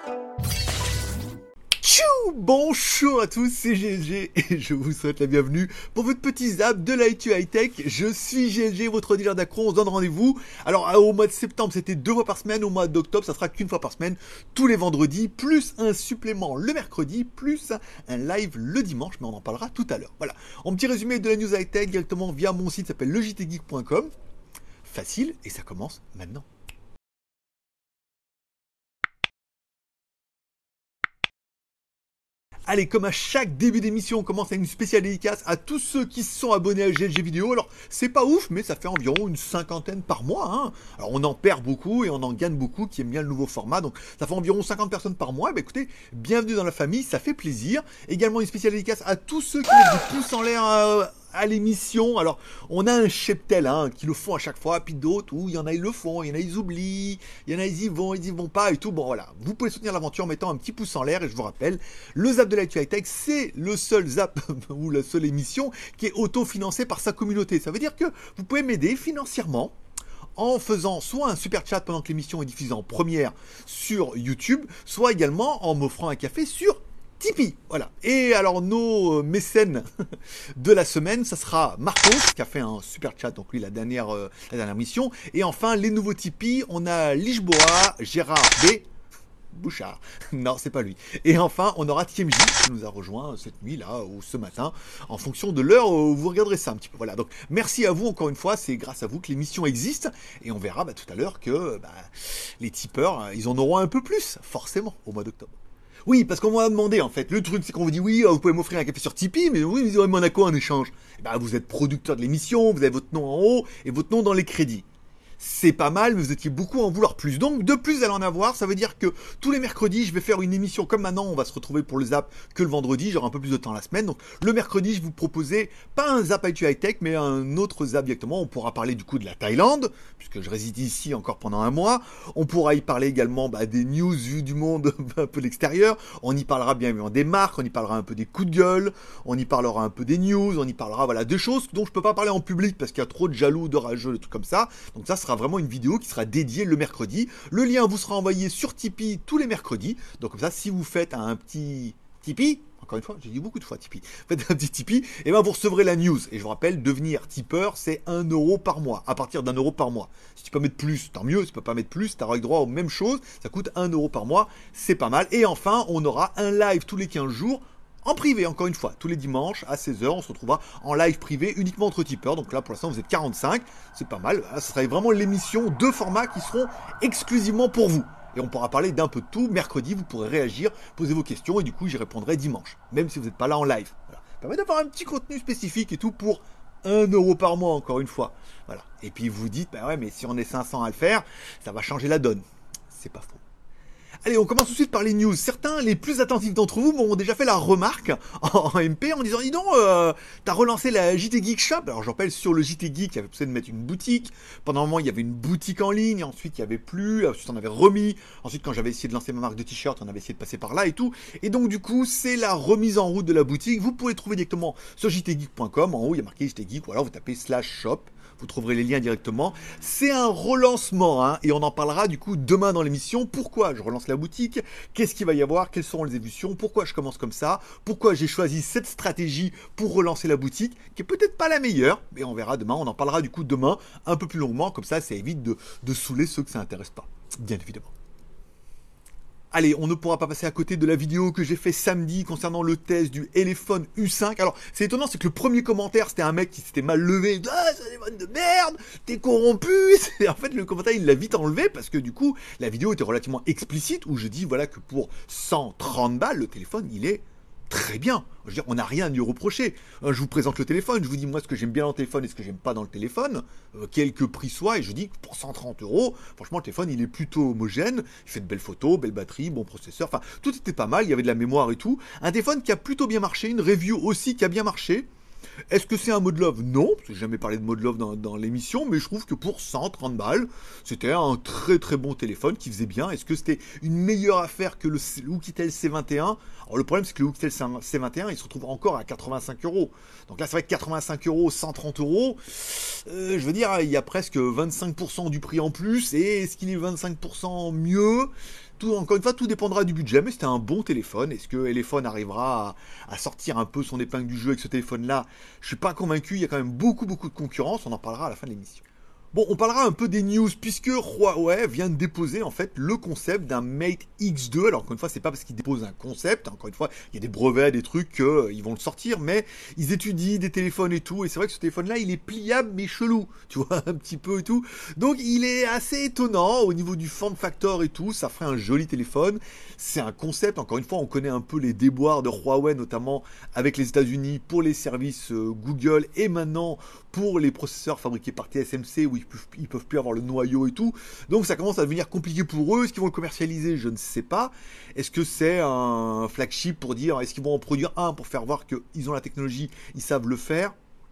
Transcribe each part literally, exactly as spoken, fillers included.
Tchou! Bonjour à tous, c'est G L G et je vous souhaite la bienvenue pour votre petit zap de l'I T High Tech. Je suis G L G, votre dealer d'accro, on se donne rendez-vous. Alors au mois de septembre c'était deux fois par semaine, au mois d'octobre ça sera qu'une fois par semaine, tous les vendredis, plus un supplément le mercredi, plus un live le dimanche, mais on en parlera tout à l'heure. Voilà, un petit résumé de la news high tech directement via mon site, ça s'appelle le j t geek point com. Facile, et ça commence maintenant. Allez, comme à chaque début d'émission, on commence avec une spéciale dédicace à tous ceux qui se sont abonnés à G L G Vidéo. Alors, c'est pas ouf, mais ça fait environ une cinquantaine par mois. Hein. Alors, on en perd beaucoup et on en gagne beaucoup qui aiment bien le nouveau format. Donc, ça fait environ cinquante personnes par mois. Et bah, écoutez, bienvenue dans la famille, ça fait plaisir. Également, une spéciale dédicace à tous ceux qui mettent des pouces en l'air euh, à l'émission. Alors, on a un cheptel hein, qui le font à chaque fois, puis d'autres où il y en a ils le font, il y en a ils oublient, il y en a ils y vont, ils y vont pas et tout. Bon, voilà, vous pouvez soutenir l'aventure en mettant un petit pouce en l'air. Et je vous rappelle, le zap de l'I T High Tech, c'est le seul zap ou la seule émission qui est auto-financée par sa communauté. Ça veut dire que vous pouvez m'aider financièrement en faisant soit un super chat pendant que l'émission est diffusée en première sur YouTube, soit également en m'offrant un café sur Tipeee, voilà. Et alors nos mécènes de la semaine, ça sera Marcos qui a fait un super chat, donc lui la dernière, euh, la dernière mission. Et enfin les nouveaux Tipeee, on a Lisboa, Gérard B, Bouchard, non c'est pas lui. Et enfin on aura T M J qui nous a rejoint cette nuit là ou ce matin, en fonction de l'heure où vous regarderez ça un petit peu. Voilà, donc merci à vous encore une fois, c'est grâce à vous que l'émission existe. Et on verra bah, tout à l'heure que bah, les tipeurs, ils en auront un peu plus, forcément, au mois d'octobre. Oui, parce qu'on m'a demandé en fait. Le truc, c'est qu'on vous dit oui, vous pouvez m'offrir un café sur Tipeee, mais oui, vous aurez mon accord en échange. Et ben, vous êtes producteur de l'émission, vous avez votre nom en haut et votre nom dans les crédits. C'est pas mal, mais vous étiez beaucoup à en vouloir plus. Donc, de plus, vous allez en avoir. Ça veut dire que tous les mercredis, je vais faire une émission comme maintenant. On va se retrouver pour le zap que le vendredi. J'aurai un peu plus de temps la semaine. Donc, le mercredi, je vous proposais pas un zap I T High Tech, mais un autre zap directement. On pourra parler du coup de la Thaïlande, puisque je réside ici encore pendant un mois. On pourra y parler également bah, des news vues du monde un peu de l'extérieur. On y parlera bien évidemment des marques. On y parlera un peu des coups de gueule. On y parlera un peu des news. On y parlera voilà des choses dont je peux pas parler en public parce qu'il y a trop de jaloux, de rageux, des trucs comme ça. Donc ça sera vraiment une vidéo qui sera dédiée le mercredi. Le lien vous sera envoyé sur Tipeee tous les mercredis. Donc comme ça, si vous faites un petit Tipeee, encore une fois, j'ai dit beaucoup de fois Tipeee, faites un petit Tipeee, et ben vous recevrez la news. Et je vous rappelle, devenir tipeur, c'est un euro par mois, à partir d'un euro par mois. Si tu peux mettre plus, tant mieux. Si tu peux pas mettre plus, tu auras droit aux mêmes choses. Ça coûte un euro par mois, c'est pas mal. Et enfin, on aura un live tous les quinze jours. En privé, encore une fois, tous les dimanches à seize heures, on se retrouvera en live privé uniquement entre tipeurs. Donc là, pour l'instant, vous êtes quarante-cinq, c'est pas mal. Ce sera vraiment l'émission, deux formats qui seront exclusivement pour vous. Et on pourra parler d'un peu de tout. Mercredi, vous pourrez réagir, poser vos questions, et du coup, j'y répondrai dimanche, même si vous n'êtes pas là en live. Voilà. Ça permet d'avoir un petit contenu spécifique et tout pour un euro par mois, encore une fois. Voilà. Et puis vous dites, bah ouais, mais si on est cinq cents à le faire, ça va changer la donne. C'est pas faux. Allez, on commence tout de suite par les news. Certains, les plus attentifs d'entre vous, m'ont déjà fait la remarque en M P en disant, dis donc, euh, t'as relancé la J T Geek Shop. Alors, j'appelle sur le J T Geek, il y avait besoin de mettre une boutique. Pendant un moment, il y avait une boutique en ligne. Ensuite, il n'y avait plus. Ensuite, on avait remis. Ensuite, quand j'avais essayé de lancer ma marque de t-shirt, on avait essayé de passer par là et tout. Et donc, du coup, c'est la remise en route de la boutique. Vous pouvez trouver directement sur j t geek point com. En haut, il y a marqué J T Geek. Ou alors, vous tapez slash shop. Vous trouverez les liens directement. C'est un relancement, hein, et on en parlera du coup demain dans l'émission. Pourquoi je relance la boutique? Qu'est-ce qu'il va y avoir? Quelles seront les évolutions? Pourquoi je commence comme ça? Pourquoi j'ai choisi cette stratégie pour relancer la boutique, qui est peut-être pas la meilleure, mais on verra demain. On en parlera du coup demain un peu plus longuement, comme ça, ça évite de, de saouler ceux que ça intéresse pas, bien évidemment. Allez, on ne pourra pas passer à côté de la vidéo que j'ai fait samedi concernant le test du Elephone U cinq. Alors, c'est étonnant, c'est que le premier commentaire, c'était un mec qui s'était mal levé. Ah, c'est un téléphone de merde, t'es corrompu. En fait, le commentaire, il l'a vite enlevé parce que du coup, la vidéo était relativement explicite où je dis, voilà, que pour cent trente balles, le téléphone, il est très bien. Je veux dire, on n'a rien à lui reprocher. Je vous présente le téléphone, je vous dis moi ce que j'aime bien dans le téléphone et ce que j'aime pas dans le téléphone, euh, quel que prix soit, et je dis que pour cent trente euros, franchement le téléphone il est plutôt homogène, il fait de belles photos, belle batterie, bon processeur, enfin tout était pas mal, il y avait de la mémoire et tout. Un téléphone qui a plutôt bien marché, une review aussi qui a bien marché. Est-ce que c'est un mode love? Non, parce que j'ai jamais parlé de mode love dans, dans l'émission, mais je trouve que pour cent trente balles, c'était un très très bon téléphone qui faisait bien. Est-ce que c'était une meilleure affaire que le Oukitel C vingt et un? Alors le problème c'est que le Oukitel C vingt et un il se retrouve encore à quatre-vingt-cinq euros. Donc là c'est vrai que quatre-vingt-cinq euros, cent trente euros, euh, je veux dire, il y a presque vingt-cinq pour cent du prix en plus, et est-ce qu'il est vingt-cinq pour cent mieux? Tout, encore une fois, tout dépendra du budget, mais c'était un bon téléphone. Est-ce que Elephone arrivera à, à sortir un peu son épingle du jeu avec ce téléphone-là? Je suis pas convaincu, il y a quand même beaucoup, beaucoup de concurrence, on en parlera à la fin de l'émission. Bon, on parlera un peu des news, puisque Huawei vient de déposer en fait le concept d'un Mate X deux. Alors encore une fois, c'est pas parce qu'ils déposent un concept, encore une fois, il y a des brevets, des trucs qu'ils euh, vont le sortir, mais ils étudient des téléphones et tout, et c'est vrai que ce téléphone-là, il est pliable mais chelou, tu vois, un petit peu et tout. Donc il est assez étonnant au niveau du form factor et tout, ça ferait un joli téléphone. C'est un concept, encore une fois, on connaît un peu les déboires de Huawei, notamment avec les États-Unis pour les services euh, Google, et maintenant pour les processeurs fabriqués par T S M C, où ils peuvent, ils peuvent plus avoir le noyau et tout. Donc ça commence à devenir compliqué pour eux. Est-ce qu'ils vont le commercialiser? Je ne sais pas. Est-ce que c'est un flagship pour dire, est-ce qu'ils vont en produire un pour faire voir qu'ils ont la technologie, ils savent le faire?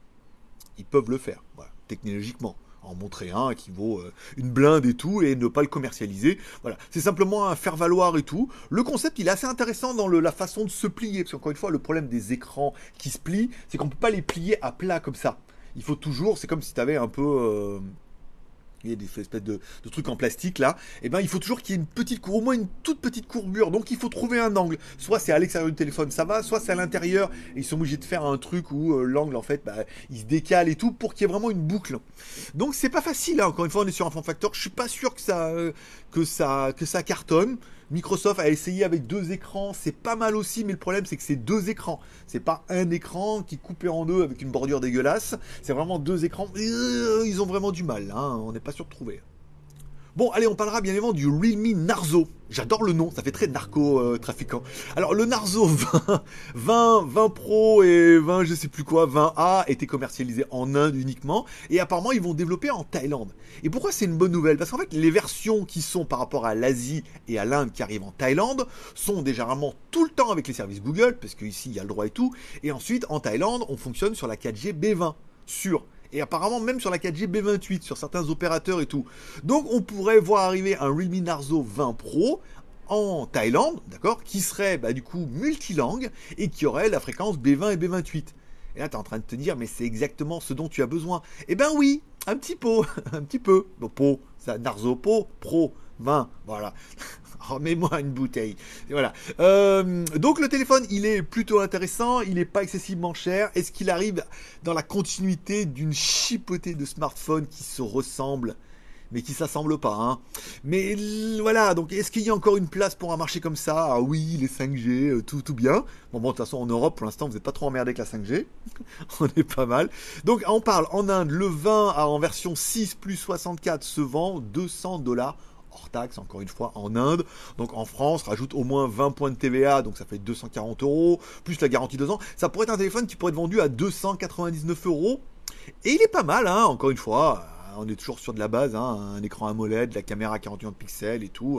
Ils peuvent le faire, voilà, technologiquement. En montrer un qui vaut euh, une blinde et tout, et ne pas le commercialiser. Voilà, c'est simplement un faire valoir et tout. Le concept, il est assez intéressant dans le, la façon de se plier, parce qu'encore une fois, le problème des écrans qui se plient, c'est qu'on peut pas les plier à plat comme ça. Il faut toujours, c'est comme si tu avais un peu... Euh, il y a des espèces de, de trucs en plastique là, et ben il faut toujours qu'il y ait une petite cour, au moins une toute petite courbure, donc il faut trouver un angle, soit c'est à l'extérieur du téléphone, ça va, soit c'est à l'intérieur, et ils sont obligés de faire un truc où euh, l'angle en fait, bah, il se décale et tout, pour qu'il y ait vraiment une boucle. Donc c'est pas facile, hein. Encore une fois on est sur un form factor, je suis pas sûr que ça, euh, que ça, que ça cartonne. Microsoft a essayé avec deux écrans, c'est pas mal aussi, mais le problème c'est que c'est deux écrans. C'est pas un écran qui est coupé en deux avec une bordure dégueulasse. C'est vraiment deux écrans. Ils ont vraiment du mal, hein. On n'est pas sûr de trouver. Bon, allez, on parlera bien évidemment du Realme Narzo. J'adore le nom, ça fait très narco-trafiquant. Euh, Alors, le Narzo vingt, vingt, vingt Pro et vingt, je sais plus quoi, vingt A étaient commercialisés en Inde uniquement. Et apparemment, ils vont développer en Thaïlande. Et pourquoi c'est une bonne nouvelle? Parce qu'en fait, les versions qui sont par rapport à l'Asie et à l'Inde qui arrivent en Thaïlande sont déjà vraiment tout le temps avec les services Google, parce qu'ici, il y a le droit et tout. Et ensuite, en Thaïlande, on fonctionne sur la quatre G B vingt. Sur et apparemment même sur la quatre G B vingt-huit, sur certains opérateurs et tout. Donc on pourrait voir arriver un Realme Narzo vingt Pro en Thaïlande, d'accord, qui serait bah, du coup multilangue et qui aurait la fréquence B vingt et B vingt-huit. Et là, tu es en train de te dire, mais c'est exactement ce dont tu as besoin. Eh ben oui, un petit peu, un petit peu. Bon, Pro, ça, Narzo Pro, Pro, vingt, voilà. Remets-moi une bouteille. Voilà. Euh, donc le téléphone, il est plutôt intéressant, il n'est pas excessivement cher. Est-ce qu'il arrive dans la continuité d'une chipotée de smartphones qui se ressemblent, mais qui s'assemblent pas, hein. Mais voilà, donc est-ce qu'il y a encore une place pour un marché comme ça? Ah oui, les cinq G, tout, tout bien. Bon, bon, de toute façon, en Europe, pour l'instant, vous n'êtes pas trop emmerdé avec la cinq G. On est pas mal. Donc, on parle en Inde, le vingt en version six plus soixante-quatre se vend deux cents dollars. Hors taxe, encore une fois, en Inde. Donc en France, rajoute au moins vingt points de T V A, donc ça fait deux cent quarante euros, plus la garantie deux ans. Ça pourrait être un téléphone qui pourrait être vendu à deux cent quatre-vingt-dix-neuf euros. Et il est pas mal, hein, encore une fois. On est toujours sur de la base, hein, un écran AMOLED, la caméra quarante et un pixels et tout.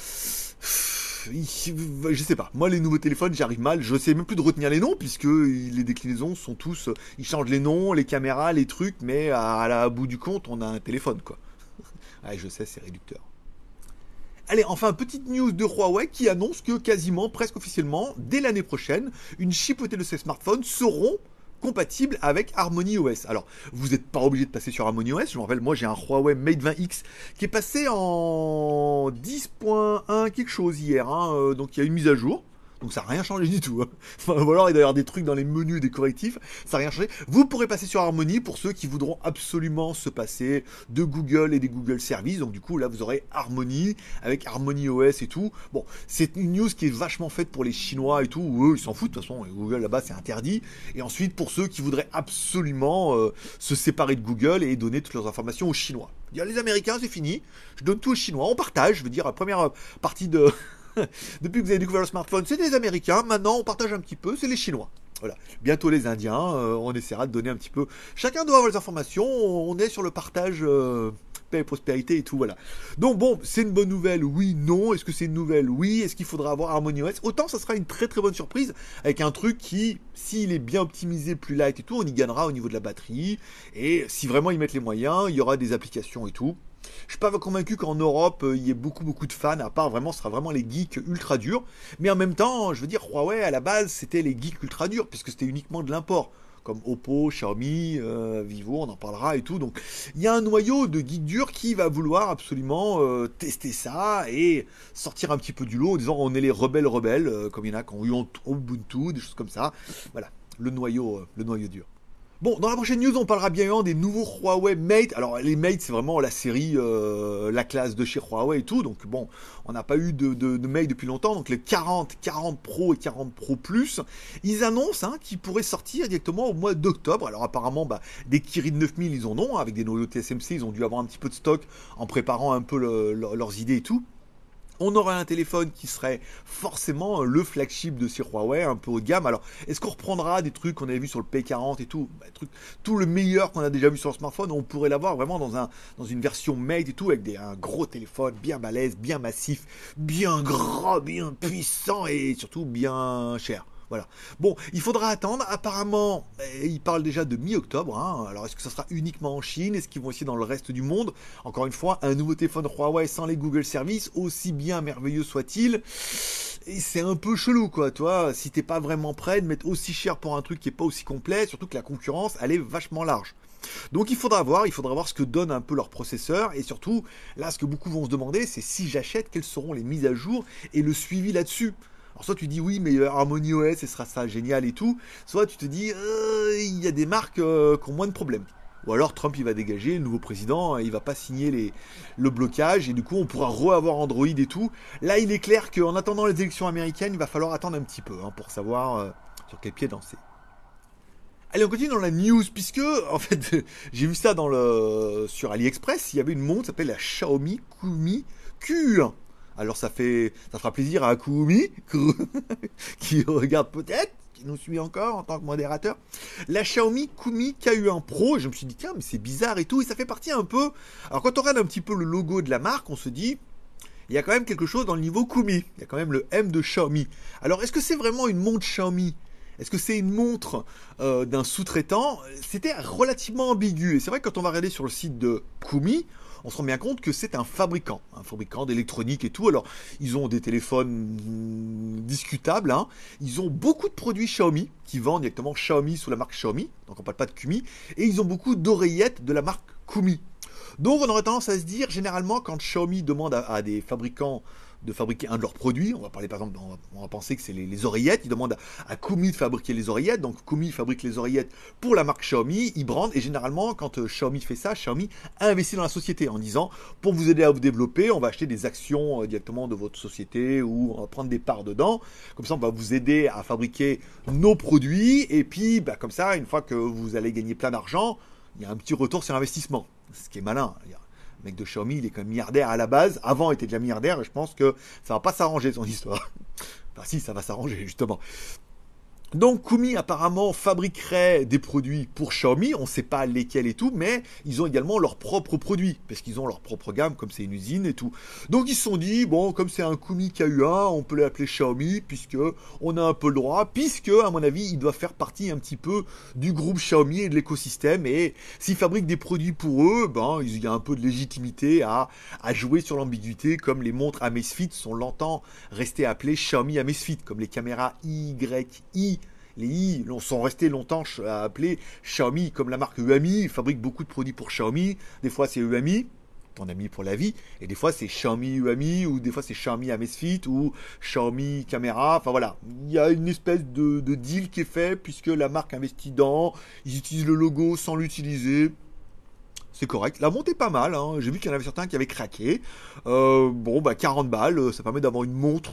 Je sais pas. Moi, les nouveaux téléphones, j'arrive mal. Je sais même plus de retenir les noms, puisque les déclinaisons sont tous... Ils changent les noms, les caméras, les trucs, mais à la à bout du compte, on a un téléphone, quoi. Ah, je sais, c'est réducteur. Allez, enfin, petite news de Huawei qui annonce que quasiment, presque officiellement, dès l'année prochaine, une chipotée de ces smartphones seront compatibles avec HarmonyOS. Alors, vous n'êtes pas obligé de passer sur HarmonyOS. Je me rappelle, moi, j'ai un Huawei Mate vingt X qui est passé en dix point un quelque chose hier. Hein, euh, donc, il y a une mise à jour. Donc ça n'a rien changé du tout. Hein. Enfin, ou alors il doit y avoir des trucs dans les menus, des correctifs, ça n'a rien changé. Vous pourrez passer sur Harmony pour ceux qui voudront absolument se passer de Google et des Google Services. Donc du coup là vous aurez Harmony avec HarmonyOS et tout. Bon, c'est une news qui est vachement faite pour les Chinois et tout, où eux ils s'en foutent, de toute façon Google là-bas c'est interdit. Et ensuite pour ceux qui voudraient absolument euh, se séparer de Google et donner toutes leurs informations aux Chinois. Dire les Américains c'est fini, je donne tout aux Chinois, on partage, je veux dire la première partie de... Depuis que vous avez découvert le smartphone, c'est des Américains. Maintenant, on partage un petit peu, c'est les Chinois. Voilà. Bientôt les Indiens. Euh, on essaiera de donner un petit peu. Chacun doit avoir les informations. On est sur le partage euh, paix et prospérité et tout. Voilà. Donc bon, c'est une bonne nouvelle. Oui, non. Est-ce que c'est une nouvelle? Oui. Est-ce qu'il faudra avoir HarmonyOS? Autant ça sera une très très bonne surprise avec un truc qui, s'il est bien optimisé, plus light et tout, on y gagnera au niveau de la batterie. Et si vraiment ils mettent les moyens, il y aura des applications et tout. Je suis pas convaincu qu'en Europe il y ait beaucoup beaucoup de fans, à part vraiment, ce sera vraiment les geeks ultra durs. Mais en même temps, je veux dire, Huawei à la base c'était les geeks ultra durs, puisque c'était uniquement de l'import. comme Oppo, Xiaomi, euh, Vivo, on en parlera et tout. Donc il y a un noyau de geeks durs qui va vouloir absolument euh, tester ça et sortir un petit peu du lot en disant on est les rebelles rebelles, euh, comme il y en a qui ont eu Ubuntu, des choses comme ça. Voilà, le noyau, euh, le noyau dur. Bon, dans la prochaine news, on parlera bien évidemment des nouveaux Huawei Mate. Alors, les Mate, c'est vraiment la série, euh, la classe de chez Huawei et tout. Donc, bon, on n'a pas eu de, de, de Mate depuis longtemps. Donc, les quarante, quarante Pro et quarante Pro Plus, ils annoncent hein, qu'ils pourraient sortir directement au mois d'octobre. Alors, apparemment, bah, des Kirin neuf mille, ils en ont. Hein, avec des noyaux T S M C, ils ont dû avoir un petit peu de stock en préparant un peu le, le, leurs idées et tout. On aurait un téléphone qui serait forcément le flagship de ces Huawei, un peu haut de gamme. Alors, est-ce qu'on reprendra des trucs qu'on avait vu sur le P quarante et tout, bah, truc, tout le meilleur qu'on a déjà vu sur le smartphone, on pourrait l'avoir vraiment dans, un, dans une version Mate et tout, avec des, un gros téléphone bien balèze, bien massif, bien gras, bien puissant et surtout bien cher. Voilà. Bon, il faudra attendre. Apparemment, ils parlent déjà de mi-octobre. Hein. Alors, est-ce que ça sera uniquement en Chine? Est-ce qu'ils vont aussi dans le reste du monde? Encore une fois, un nouveau téléphone Huawei sans les Google Services, aussi bien merveilleux soit-il, et c'est un peu chelou, quoi. Toi, si t'es pas vraiment prêt de mettre aussi cher pour un truc qui est pas aussi complet, surtout que la concurrence, elle est vachement large. Donc il faudra voir, il faudra voir ce que donne un peu leur processeur et surtout, là, ce que beaucoup vont se demander, c'est si j'achète, quelles seront les mises à jour et le suivi là-dessus. Alors soit tu dis oui mais Harmony O S ce sera ça génial et tout, soit tu te dis euh, il y a des marques euh, qui ont moins de problèmes. Ou alors Trump il va dégager, le nouveau président, il va pas signer les, le blocage et du coup on pourra re-avoir Android et tout. Là il est clair qu'en attendant les élections américaines, il va falloir attendre un petit peu hein, pour savoir euh, sur quel pied danser. Allez, on continue dans la news, puisque, en fait, j'ai vu ça dans le, sur AliExpress, il y avait une montre qui s'appelle la Xiaomi Kumi Q un. Alors ça fait, ça fera plaisir à Akumi, qui regarde peut-être, qui nous suit encore en tant que modérateur. La Xiaomi Kumi K U un Pro, et je me suis dit, tiens, mais c'est bizarre et tout, et ça fait partie un peu... Alors quand on regarde un petit peu le logo de la marque, on se dit, il y a quand même quelque chose dans le niveau Kumi. Il y a quand même le M de Xiaomi. Alors est-ce que c'est vraiment une montre Xiaomi ? Est-ce que c'est une montre euh, d'un sous-traitant? C'était relativement ambigu. Et c'est vrai que quand on va regarder sur le site de Kumi, on se rend bien compte que c'est un fabricant, un fabricant d'électronique et tout. Alors, ils ont des téléphones discutables, hein. Ils ont beaucoup de produits Xiaomi, qui vendent directement Xiaomi sous la marque Xiaomi, donc on parle pas de Kumi, et ils ont beaucoup d'oreillettes de la marque Kumi. Donc, on aurait tendance à se dire, généralement, quand Xiaomi demande à, à des fabricants de fabriquer un de leurs produits, on va parler par exemple, on va, on va penser que c'est les, les oreillettes, ils demandent à, à Kumi de fabriquer les oreillettes, donc Kumi fabrique les oreillettes pour la marque Xiaomi, ils brandent, et généralement quand euh, Xiaomi fait ça, Xiaomi investit dans la société en disant, pour vous aider à vous développer, on va acheter des actions euh, directement de votre société, ou on va prendre des parts dedans, comme ça on va vous aider à fabriquer nos produits, et puis bah, comme ça, une fois que vous allez gagner plein d'argent, il y a un petit retour sur investissement, ce qui est malin. Le mec de Xiaomi, il est quand même milliardaire à la base. Avant, il était déjà milliardaire et je pense que ça va pas s'arranger son histoire. Enfin, si, ça va s'arranger, justement. Donc Kumi apparemment fabriquerait des produits pour Xiaomi, on ne sait pas lesquels et tout, mais ils ont également leurs propres produits, parce qu'ils ont leur propre gamme, comme c'est une usine et tout. Donc ils se sont dit, bon, comme c'est un Kumi K U un, on peut l'appeler Xiaomi, puisque on a un peu le droit, puisque, à mon avis, il doit faire partie un petit peu du groupe Xiaomi et de l'écosystème, et s'ils fabriquent des produits pour eux, ben, il y a un peu de légitimité à, à jouer sur l'ambiguïté, comme les montres Amazfit sont longtemps restées appelées Xiaomi Amazfit, comme les caméras Y I. Les I sont restés longtemps à appeler Xiaomi, comme la marque Huami, ils fabriquent beaucoup de produits pour Xiaomi, des fois c'est Huami, ton ami pour la vie, et des fois c'est Xiaomi Huami, ou des fois c'est Xiaomi Amazfit, ou Xiaomi Caméra, enfin voilà, il y a une espèce de, de deal qui est fait, puisque la marque investit dans, ils utilisent le logo sans l'utiliser, c'est correct. La montre est pas mal, hein. J'ai vu qu'il y en avait certains qui avaient craqué, euh, bon bah quarante balles, ça permet d'avoir une montre...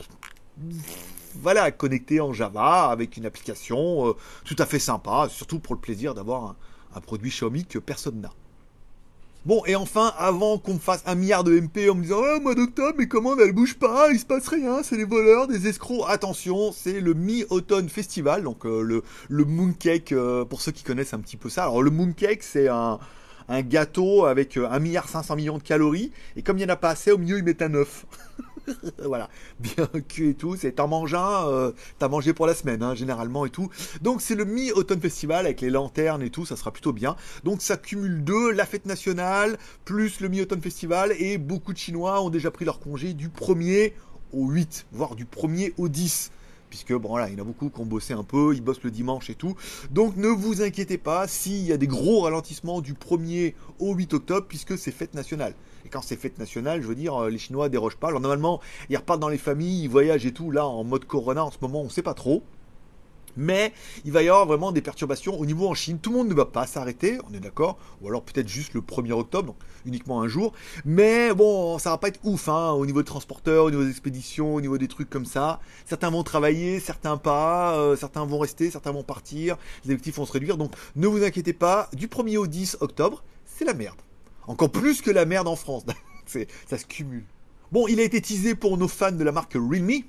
Voilà, connecté en Java avec une application euh, tout à fait sympa, surtout pour le plaisir d'avoir un, un produit Xiaomi que personne n'a. Bon, et enfin, avant qu'on me fasse un milliard de M P en me disant « Oh, mois d'octobre, mes commandes, elles bougent pas, il se passe rien, c'est des voleurs, des escrocs. » Attention, c'est le Mi-Automne Festival, donc euh, le, le Mooncake, euh, pour ceux qui connaissent un petit peu ça. Alors, le Mooncake, c'est un... un gâteau avec un milliard cinq cents millions de calories, et comme il n'y en a pas assez, au milieu, ils mettent un œuf. Voilà, bien cuit et tout, c'est t'en manges un, euh, t'as mangé pour la semaine, hein, généralement et tout. Donc c'est le Mi-Automne Festival avec les lanternes et tout, ça sera plutôt bien. Donc ça cumule deux, la fête nationale, plus le Mi-Automne Festival, et beaucoup de Chinois ont déjà pris leur congé du premier au huit, voire du premier au dix. puisque bon voilà, il y en a beaucoup qui ont bossé un peu, ils bossent le dimanche et tout. Donc ne vous inquiétez pas s'il y a des gros ralentissements du premier au huit octobre, puisque c'est fête nationale. Et quand c'est fête nationale, je veux dire, les Chinois dérogent pas. Alors normalement, ils repartent dans les familles, ils voyagent et tout. Là, en mode Corona, en ce moment, on sait pas trop. Mais il va y avoir vraiment des perturbations au niveau en Chine. Tout le monde ne va pas s'arrêter, on est d'accord. Ou alors peut-être juste le premier octobre, donc uniquement un jour. Mais bon, ça va pas être ouf hein, au niveau des transporteurs, au niveau des expéditions, au niveau des trucs comme ça. Certains vont travailler, certains pas, euh, certains vont rester, certains vont partir. Les effectifs vont se réduire. Donc ne vous inquiétez pas, du premier au dix octobre, c'est la merde. Encore plus que la merde en France. Ça se cumule. Bon, il a été teasé pour nos fans de la marque Realme.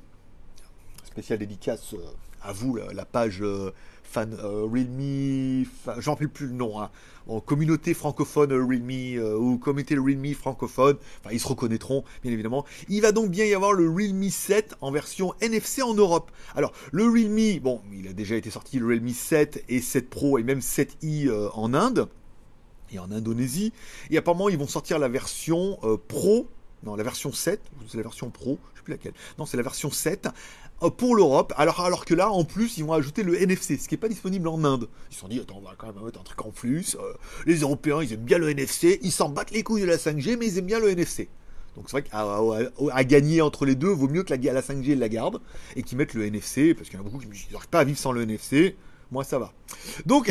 Spécial dédicace... Euh, à vous la, la page euh, fan euh, Realme, j'en rappelle plus le nom, hein, en communauté francophone euh, Realme euh, ou communauté Realme francophone, enfin ils se reconnaîtront bien évidemment. Il va donc bien y avoir le Realme sept en version N F C en Europe. Alors le Realme, bon, il a déjà été sorti le Realme sept et sept Pro et même sept i euh, en Inde et en Indonésie. Et apparemment ils vont sortir la version euh, Pro. Non, la version sept, c'est la version Pro, je sais plus laquelle. Non, c'est la version sept pour l'Europe. Alors, alors que là, en plus, ils vont ajouter le N F C, ce qui n'est pas disponible en Inde. Ils se sont dit, attends, on va quand même mettre un truc en plus. Euh, les Européens, ils aiment bien le N F C. Ils s'en battent les couilles de la cinq G, mais ils aiment bien le N F C. Donc c'est vrai qu'à à, à gagner entre les deux, vaut mieux que la, la cinq G la garde et qu'ils mettent le N F C, parce qu'il y en a beaucoup qui n'arrivent pas à vivre sans le N F C. Moi, ça va. Donc,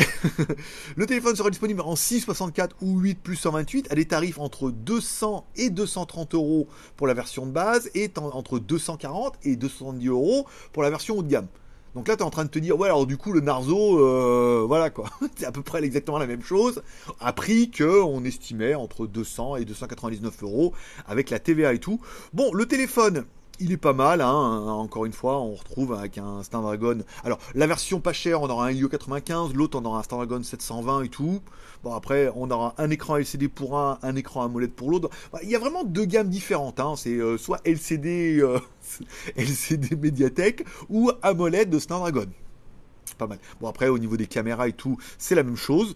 le téléphone sera disponible en six, soixante-quatre ou huit plus cent vingt-huit à des tarifs entre deux cents et deux cent trente euros pour la version de base et entre deux cent quarante et deux cent soixante-dix euros pour la version haut de gamme. Donc là, tu es en train de te dire, ouais, alors du coup, le Narzo, euh, voilà quoi, c'est à peu près exactement la même chose, à prix qu'on estimait entre deux cents et deux cent quatre-vingt-dix-neuf euros avec la T V A et tout. Bon, le téléphone... il est pas mal, hein. Encore une fois, on retrouve avec un Snapdragon. Alors, la version pas chère, on aura un Helio quatre-vingt-quinze, l'autre, on aura un Snapdragon sept cent vingt et tout. Bon, après, on aura un écran L C D pour un, un écran AMOLED pour l'autre. Il y a vraiment deux gammes différentes, hein. C'est euh, soit L C D, euh, L C D Mediatek ou AMOLED de Snapdragon. Pas mal. Bon, après, au niveau des caméras et tout, c'est la même chose.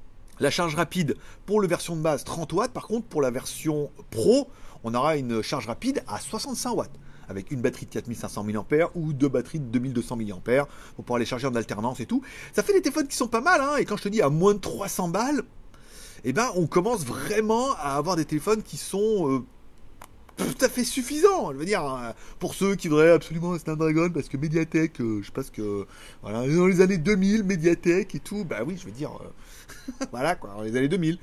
La charge rapide pour la version de base, trente watts. Par contre, pour la version Pro, on aura une charge rapide à soixante-cinq watts. Avec une batterie de quatre mille cinq cents milliampères ou deux batteries de deux mille deux cents milliampères pour pouvoir les charger en alternance et tout. Ça fait des téléphones qui sont pas mal, hein. Et quand je te dis à moins de trois cents balles, eh ben, on commence vraiment à avoir des téléphones qui sont euh, tout à fait suffisants. Je veux dire, hein, pour ceux qui voudraient absolument un Snapdragon, parce que Mediatek, euh, je pense que voilà, dans les années deux mille, Mediatek et tout, bah oui, je veux dire, euh, voilà quoi, dans les années deux mille.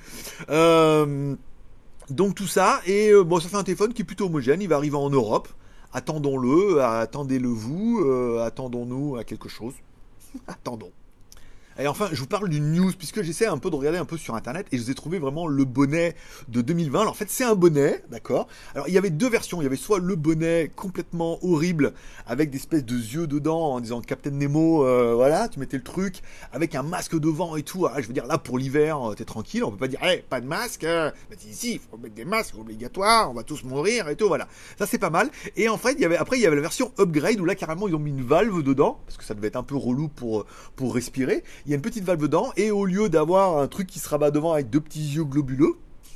Euh, donc tout ça, et euh, bon, ça fait un téléphone qui est plutôt homogène, il va arriver en Europe. Attendons-le, attendez-le vous, euh, attendons-nous à quelque chose. Attendons. Et enfin, je vous parle d'une news, puisque j'essaie un peu de regarder un peu sur Internet, et je vous ai trouvé vraiment le bonnet de deux mille vingt. Alors en fait, c'est un bonnet, d'accord. Alors il y avait deux versions. Il y avait soit le bonnet complètement horrible, avec des espèces de yeux dedans, en disant Captain Nemo, euh, voilà, tu mettais le truc, avec un masque devant et tout. Ah, je veux dire, là, pour l'hiver, t'es tranquille, on peut pas dire, hey, pas de masque. Euh. Bah, si, si, il faut mettre des masques, c'est obligatoire, on va tous mourir et tout, voilà. Ça, c'est pas mal. Et en fait, il y avait, après, il y avait la version upgrade, où là, carrément, ils ont mis une valve dedans, parce que ça devait être un peu relou pour, pour respirer. Il y a une petite valve dedans, et au lieu d'avoir un truc qui se rabat devant avec deux petits yeux globuleux,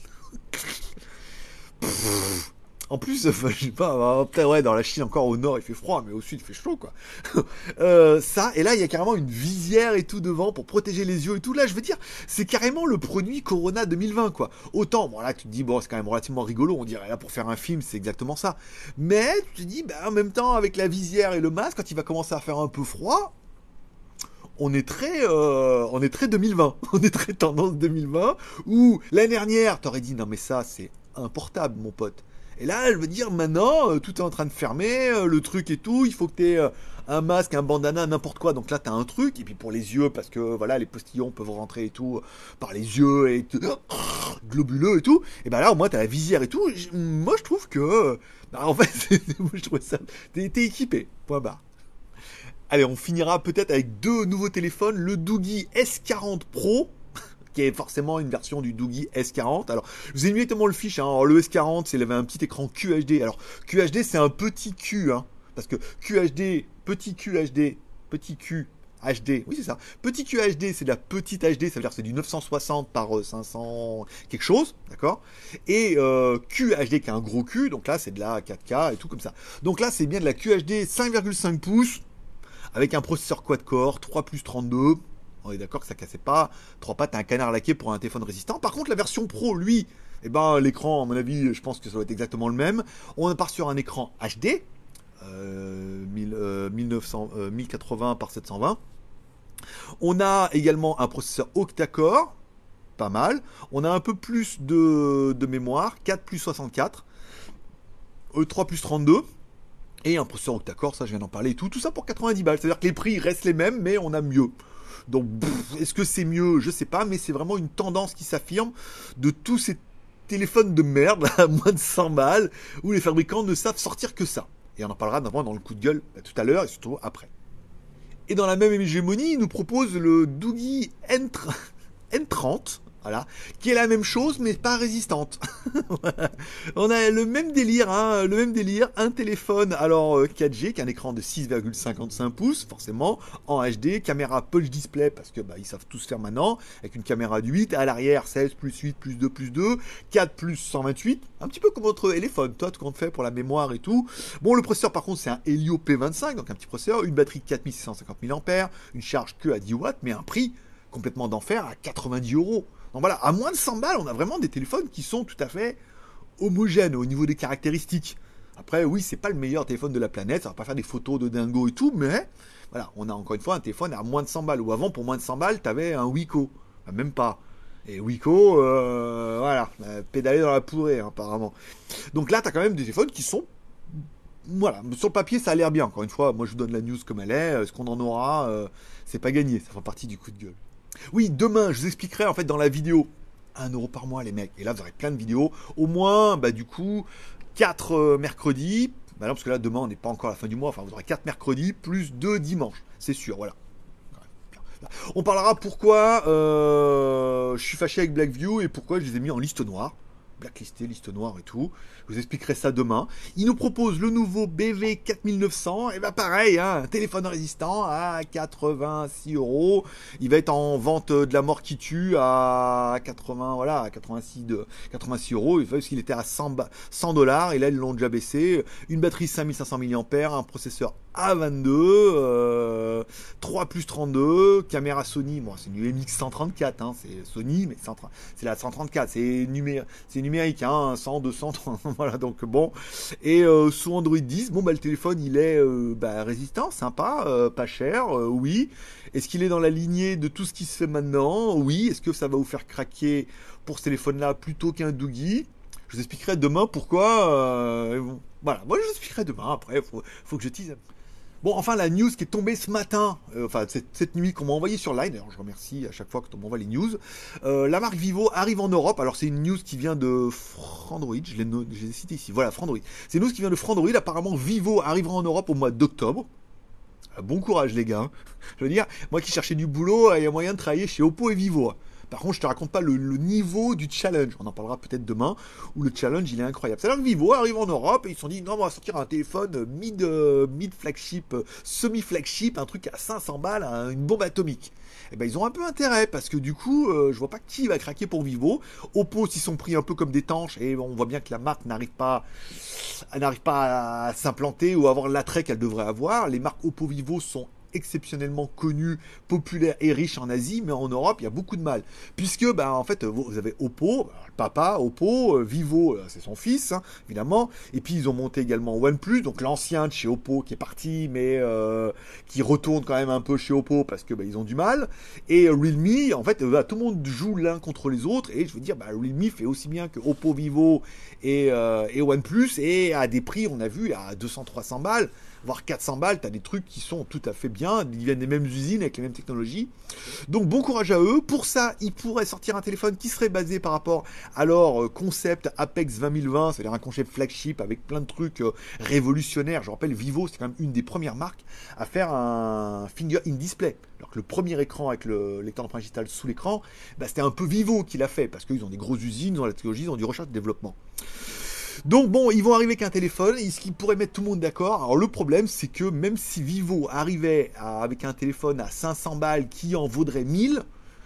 en plus, enfin, je sais pas, peut-être ouais, dans la Chine encore au nord il fait froid, mais au sud il fait chaud quoi. euh, ça, et là il y a carrément une visière et tout devant pour protéger les yeux et tout. Là, je veux dire, c'est carrément le produit Corona deux mille vingt quoi. Autant, bon là tu te dis, bon c'est quand même relativement rigolo, on dirait là pour faire un film c'est exactement ça. Mais tu te dis, bah, en même temps avec la visière et le masque, quand il va commencer à faire un peu froid, on est très, euh, on est très deux mille vingt, on est très tendance deux mille vingt, où l'année dernière, t'aurais dit, non mais ça, c'est importable, mon pote. Et là, je veux dire, maintenant, euh, tout est en train de fermer, euh, le truc et tout, il faut que t'aies euh, un masque, un bandana, n'importe quoi. Donc là, t'as un truc, et puis pour les yeux, parce que, voilà, les postillons peuvent rentrer et tout, euh, par les yeux, et tout, globuleux et tout. Et ben là, au moins, t'as la visière et tout. Je, moi, je trouve que, euh, bah, en fait, moi, je trouve ça, t'es, t'es équipé, point barre. Allez, on finira peut-être avec deux nouveaux téléphones, le Doogee S quarante Pro, qui est forcément une version du Doogee S quarante. Alors, je vous ai mis exactement le fiche, hein. Alors, le S quarante, c'est, il avait un petit écran Q H D. Alors, Q H D, c'est un petit Q, hein, parce que Q H D, petit Q H D, petit Q H D, oui c'est ça. Petit Q H D, c'est de la petite H D, ça veut dire que c'est du neuf cent soixante par euh, cinq cents quelque chose, d'accord. Et euh, Q H D qui a un gros Q, donc là c'est de la quatre K et tout comme ça. Donc là c'est bien de la Q H D cinq virgule cinq pouces. avec un processeur quad-core, trois plus trente-deux. On est d'accord que ça cassait pas. Trois pattes, un canard laqué pour un téléphone résistant. Par contre, la version Pro, lui, eh ben, l'écran, à mon avis, je pense que ça doit être exactement le même. On part sur un écran H D, euh, mille, euh, mille neuf cents, euh, mille quatre-vingts par sept cent vingt. On a également un processeur octa-core, pas mal. On a un peu plus de, de mémoire, quatre plus soixante-quatre, euh, trois plus trente-deux. Et un processeur octa-core, ça je viens d'en parler et tout. Tout ça pour quatre-vingt-dix balles. C'est-à-dire que les prix restent les mêmes, mais on a mieux. Donc, est-ce que c'est mieux? Je sais pas, mais c'est vraiment une tendance qui s'affirme de tous ces téléphones de merde à moins de cent balles, où les fabricants ne savent sortir que ça. Et on en parlera d'abord dans le coup de gueule bah, tout à l'heure et surtout après. Et dans la même hégémonie, il nous propose le Doogee N trente. Voilà, qui est la même chose mais pas résistante. On a le même délire, hein, le même délire, un téléphone alors euh, quatre G qui a un écran de six virgule cinquante-cinq pouces forcément en H D, caméra punch display parce que bah ils savent tous faire maintenant avec une caméra de huit à l'arrière seize plus huit plus deux plus deux, quatre plus cent vingt-huit, un petit peu comme votre téléphone, toi tout compte fait pour la mémoire et tout. Bon le processeur par contre c'est un Helio P vingt-cinq donc un petit processeur, une batterie de quatre mille six cent cinquante milliampères, une charge que à dix watts mais un prix complètement d'enfer à quatre-vingt-dix euros. Donc voilà, à moins de cent balles, on a vraiment des téléphones qui sont tout à fait homogènes au niveau des caractéristiques. Après, oui, c'est pas le meilleur téléphone de la planète, ça va pas faire des photos de dingo et tout, mais voilà, on a encore une fois un téléphone à moins de cent balles. Ou avant, pour moins de cent balles, t'avais un Wiko. Enfin, même pas. Et Wiko, euh, voilà, pédaler dans la pourrée, hein, apparemment. Donc là, t'as quand même des téléphones qui sont... Voilà, sur le papier, ça a l'air bien. Encore une fois, moi, je vous donne la news comme elle est. Ce qu'on en aura, euh, c'est pas gagné. Ça fait partie du coup de gueule. Oui, demain, je vous expliquerai en fait dans la vidéo. un euro par mois, les mecs. Et là, vous aurez plein de vidéos. Au moins, bah, du coup, quatre euh, mercredis. Bah non, parce que là, demain, on n'est pas encore à la fin du mois. Enfin, vous aurez quatre mercredis plus deux dimanches. C'est sûr, voilà. On parlera pourquoi euh, je suis fâché avec Blackview et pourquoi je les ai mis en liste noire. Blacklisté, liste noire et tout. Je vous expliquerai ça demain. Il nous propose le nouveau B V quatre mille neuf cents. Et bah pareil, hein, un téléphone résistant à quatre-vingt-six euros. Il va être en vente de la mort qui tue à quatre-vingts, voilà, à quatre-vingt-six, de, quatre-vingt-six euros. Parce qu'il était à cent dollars et là ils l'ont déjà baissé. Une batterie cinq mille cinq cents milliampères, un processeur A vingt-deux, euh, trois plus trente-deux, caméra Sony. Bon, c'est une U M X cent trente-quatre, hein, c'est Sony, mais c'est la cent trente-quatre. C'est numé numérique, hein, cent, deux cents, voilà, donc bon. Et euh, sous Android dix, bon, bah, le téléphone, il est euh, bah, résistant, sympa, euh, pas cher, euh, oui. Est-ce qu'il est dans la lignée de tout ce qui se fait maintenant? Oui. Est-ce que ça va vous faire craquer pour ce téléphone-là plutôt qu'un Doogee? Je vous expliquerai demain pourquoi. Euh, voilà, moi je vous expliquerai demain, après, il faut, faut que je tease. Bon, enfin, la news qui est tombée ce matin, euh, enfin, cette, cette nuit qu'on m'a envoyé sur Line, alors je remercie à chaque fois que tu m'envoies les news, euh, la marque Vivo arrive en Europe, alors c'est une news qui vient de Frandroid, je l'ai, no je l'ai cité ici, voilà, Frandroid. C'est une news qui vient de Frandroid, apparemment Vivo arrivera en Europe au mois d'octobre. Bon courage les gars, je veux dire, moi qui cherchais du boulot, il y a moyen de travailler chez Oppo et Vivo. Par contre, je te raconte pas le, le niveau du challenge. On en parlera peut-être demain, où le challenge, il est incroyable. C'est-à-dire que Vivo arrive en Europe et ils se sont dit, non, on va sortir un téléphone mid, euh, mid flagship, euh, semi-flagship, un truc à cinq cents balles, hein, une bombe atomique. Et ben, ils ont un peu intérêt, parce que du coup, euh, je vois pas qui va craquer pour Vivo. Oppo s'y sont pris un peu comme des tanches, et on voit bien que la marque n'arrive pas, elle n'arrive pas à s'implanter ou à avoir l'attrait qu'elle devrait avoir. Les marques Oppo Vivo sont exceptionnellement connu, populaire et riche en Asie, mais en Europe, il y a beaucoup de mal. Puisque, bah, en fait, vous avez Oppo, le papa, Oppo, Vivo, c'est son fils, hein, évidemment, et puis ils ont monté également OnePlus, donc l'ancien de chez Oppo qui est parti, mais euh, qui retourne quand même un peu chez Oppo parce que bah, ils ont du mal, et Realme, en fait, bah, tout le monde joue l'un contre les autres, et je veux dire, bah, Realme fait aussi bien que Oppo, Vivo et, euh, et OnePlus, et à des prix, on a vu, à deux cents, trois cents balles, voire quatre cents balles, tu as des trucs qui sont tout à fait bien, ils viennent des mêmes usines avec les mêmes technologies. Donc bon courage à eux. Pour ça, ils pourraient sortir un téléphone qui serait basé par rapport à leur concept Apex vingt mille vingt, c'est-à-dire un concept flagship avec plein de trucs révolutionnaires. Je rappelle, Vivo, c'est quand même une des premières marques à faire un finger in display. Alors que le premier écran avec le lecteur d'empreinte digitale sous l'écran, bah, c'était un peu Vivo qui l'a fait, parce qu'ils ont des grosses usines, ils ont la technologie, ils ont du recherche et développement. Donc bon, ils vont arriver avec un téléphone, ce qui pourrait mettre tout le monde d'accord. Alors le problème, c'est que même si Vivo arrivait à, avec un téléphone à cinq cents balles qui en vaudrait mille,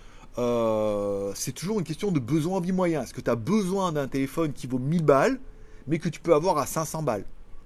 euh, c'est toujours une question de besoin vie moyen. Est-ce que tu as besoin d'un téléphone qui vaut mille balles, mais que tu peux avoir à cinq cents balles?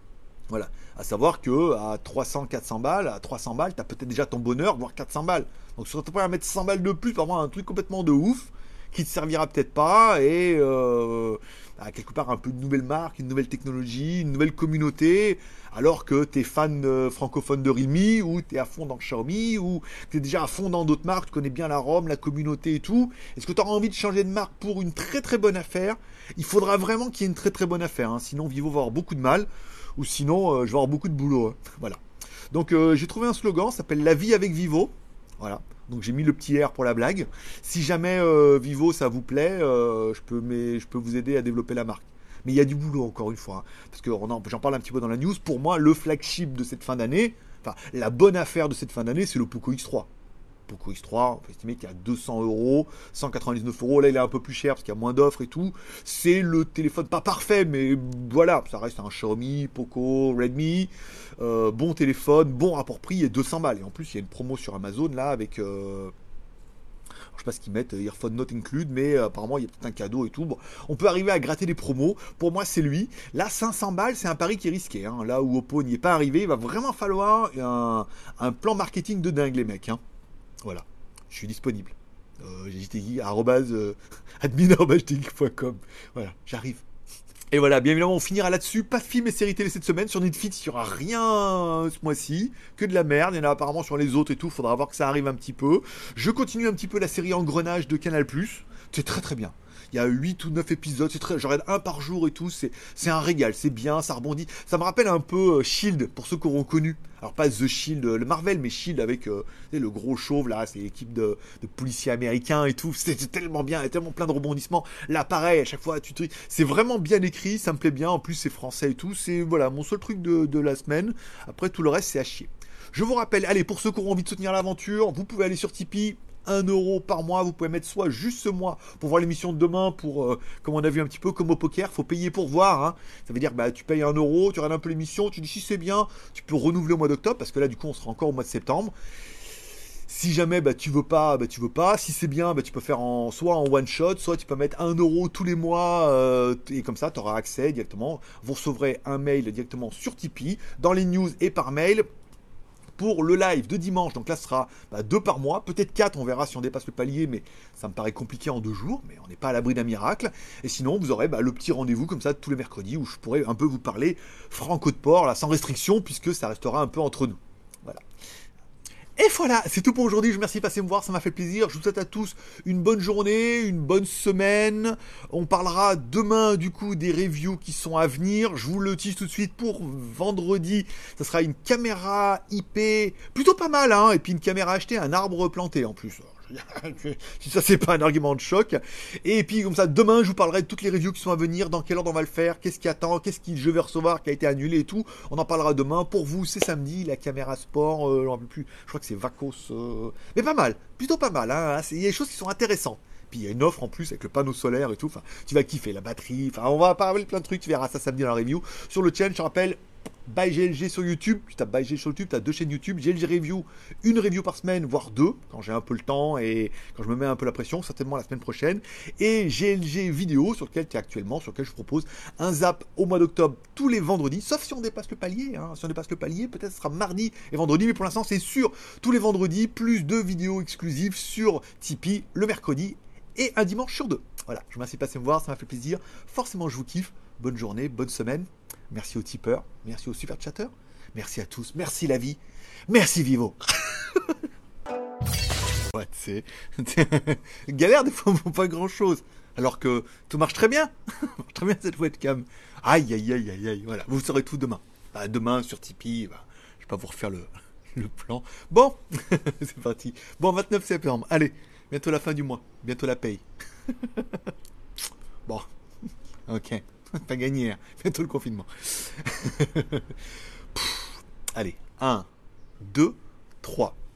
Voilà. À savoir que à trois cents, quatre cents balles, à trois cents balles, t'as peut-être déjà ton bonheur, voire quatre cents balles. Donc si tu peux mettre cent balles de plus pour avoir un truc complètement de ouf, qui te servira peut-être pas, et euh, à quelque part un peu une nouvelle marque, une nouvelle technologie, une nouvelle communauté, alors que t'es fan euh, francophone de Realme, ou t'es à fond dans Xiaomi, ou t'es déjà à fond dans d'autres marques, tu connais bien la ROM, la communauté et tout. Est-ce que tu auras envie de changer de marque pour une très très bonne affaire? Il faudra vraiment qu'il y ait une très très bonne affaire, hein, sinon Vivo va avoir beaucoup de mal, ou sinon euh, je vais avoir beaucoup de boulot. Hein. Voilà. Donc euh, j'ai trouvé un slogan, ça s'appelle La vie avec Vivo. Voilà. Donc j'ai mis le petit R pour la blague. Si jamais euh, Vivo ça vous plaît, euh, je, peux, mais, je peux vous aider à développer la marque. Mais il y a du boulot encore une fois. Hein, parce que on en- j'en parle un petit peu dans la news. Pour moi, le flagship de cette fin d'année, enfin la bonne affaire de cette fin d'année, c'est le Poco X trois. Poco X trois, on peut estimer qu'il y a deux cents euros, cent quatre-vingt-dix-neuf euros. Là, il est un peu plus cher parce qu'il y a moins d'offres et tout. C'est le téléphone, pas parfait, mais voilà, ça reste un Xiaomi, Poco, Redmi. Euh, bon téléphone, bon rapport prix et deux cents balles. Et en plus, il y a une promo sur Amazon là avec. Euh, je sais pas ce qu'ils mettent, Earphone Not Include, mais euh, apparemment il y a peut-être un cadeau et tout. Bon, on peut arriver à gratter des promos. Pour moi, c'est lui. Là, cinq cents balles, c'est un pari qui est risqué. Hein. Là où Oppo n'y est pas arrivé, il va vraiment falloir un, un plan marketing de dingue, les mecs. Hein. Voilà, je suis disponible. Euh, J T Geek, arrobase, euh, admin arobase j t geek point com. Voilà, j'arrive. Et voilà, bien évidemment, on finira là-dessus. Pas de films et séries télé cette semaine. Sur Netflix, il n'y aura rien ce mois-ci. Que de la merde. Il y en a apparemment sur les autres et tout. Faudra voir que ça arrive un petit peu. Je continue un petit peu la série Engrenage de Canal+. C'est très très bien. Il y a huit ou neuf épisodes, c'est très, j'en regarde un par jour et tout, c'est, c'est un régal, c'est bien, ça rebondit. Ça me rappelle un peu euh, Shield, pour ceux qui auront connu. Alors pas The Shield, euh, le Marvel, mais Shield avec euh, tu sais, le gros chauve là, c'est l'équipe de, de policiers américains et tout. C'est, c'est tellement bien, il y a tellement plein de rebondissements. Là pareil, à chaque fois, tu te... c'est vraiment bien écrit, ça me plaît bien. En plus c'est français et tout, c'est voilà mon seul truc de, de la semaine. Après tout le reste c'est à chier. Je vous rappelle, allez, pour ceux qui auront envie de soutenir l'aventure, vous pouvez aller sur Tipeee. un euro par mois, vous pouvez mettre soit juste ce mois pour voir l'émission de demain, pour, euh, comme on a vu un petit peu, comme au poker, faut payer pour voir, hein. Ça veut dire, bah, tu payes un euro, tu regardes un peu l'émission, tu dis si c'est bien, tu peux renouveler au mois d'octobre, parce que là, du coup, on sera encore au mois de septembre. Si jamais bah, tu veux pas, bah, tu veux pas. Si c'est bien, bah, tu peux faire en, soit en one shot, soit tu peux mettre un euro tous les mois, euh, et comme ça, tu auras accès directement. Vous recevrez un mail directement sur Tipeee, dans les news et par mail. Pour le live de dimanche, donc là ce sera bah, deux par mois, peut-être quatre, on verra si on dépasse le palier, mais ça me paraît compliqué en deux jours, mais on n'est pas à l'abri d'un miracle. Et sinon, vous aurez bah, le petit rendez-vous comme ça tous les mercredis où je pourrai un peu vous parler franco de port, là, sans restriction, puisque ça restera un peu entre nous. Voilà. Et voilà, c'est tout pour aujourd'hui. Je vous remercie de passer me voir, ça m'a fait plaisir. Je vous souhaite à tous une bonne journée, une bonne semaine. On parlera demain du coup des reviews qui sont à venir. Je vous le tease tout de suite pour vendredi. Ça sera une caméra I P plutôt pas mal, hein. Et puis une caméra achetée, un arbre planté en plus. Si ça c'est pas un argument de choc. Et puis comme ça, demain je vous parlerai de toutes les reviews qui sont à venir, dans quel ordre on va le faire, qu'est-ce qui attend, qu'est-ce que je vais recevoir qui a été annulé et tout. On en parlera demain. Pour vous, c'est samedi, la caméra sport, euh, je ne rappelle plus, je crois que c'est Vacos. Euh... Mais pas mal, plutôt pas mal, hein. Il y a des choses qui sont intéressantes. Puis il y a une offre en plus avec le panneau solaire et tout. Enfin, tu vas kiffer la batterie. Enfin, on va parler de plein de trucs. Tu verras ça samedi dans la review. Sur le channel, je te rappelle, By G L G sur YouTube. Tu tapes By G L G sur YouTube, tu as deux chaînes YouTube. G L G Review, une review par semaine, voire deux, quand j'ai un peu le temps et quand je me mets un peu la pression, certainement la semaine prochaine. Et G L G Vidéo, sur lequel tu es actuellement, sur lequel je propose un zap au mois d'octobre tous les vendredis, sauf si on dépasse le palier. Hein. Si on dépasse le palier, peut-être ce sera mardi et vendredi, mais pour l'instant, c'est sûr, tous les vendredis, plus deux vidéos exclusives sur Tipeee le mercredi et un dimanche sur deux. Voilà, je vous remercie de passer me voir, ça m'a fait plaisir. Forcément, je vous kiffe. Bonne journée, bonne semaine. Merci aux tipeurs, merci aux super chatteurs. Merci à tous, merci la vie, merci Vivo. Ouais, c'est... galère des fois, on ne pas grand-chose. Alors que tout marche très bien. marche très bien cette webcam. Aïe, aïe, aïe, aïe, aïe. Voilà, vous saurez tout demain. Bah, demain sur Tipeee, bah, je vais pas vous refaire le, le plan. Bon, c'est parti. Bon, vingt-neuf septembre, allez. Bientôt la fin du mois. Bientôt la paye. Bon. Ok. Pas gagné. Hein. Bientôt le confinement. Allez. un, deux, trois.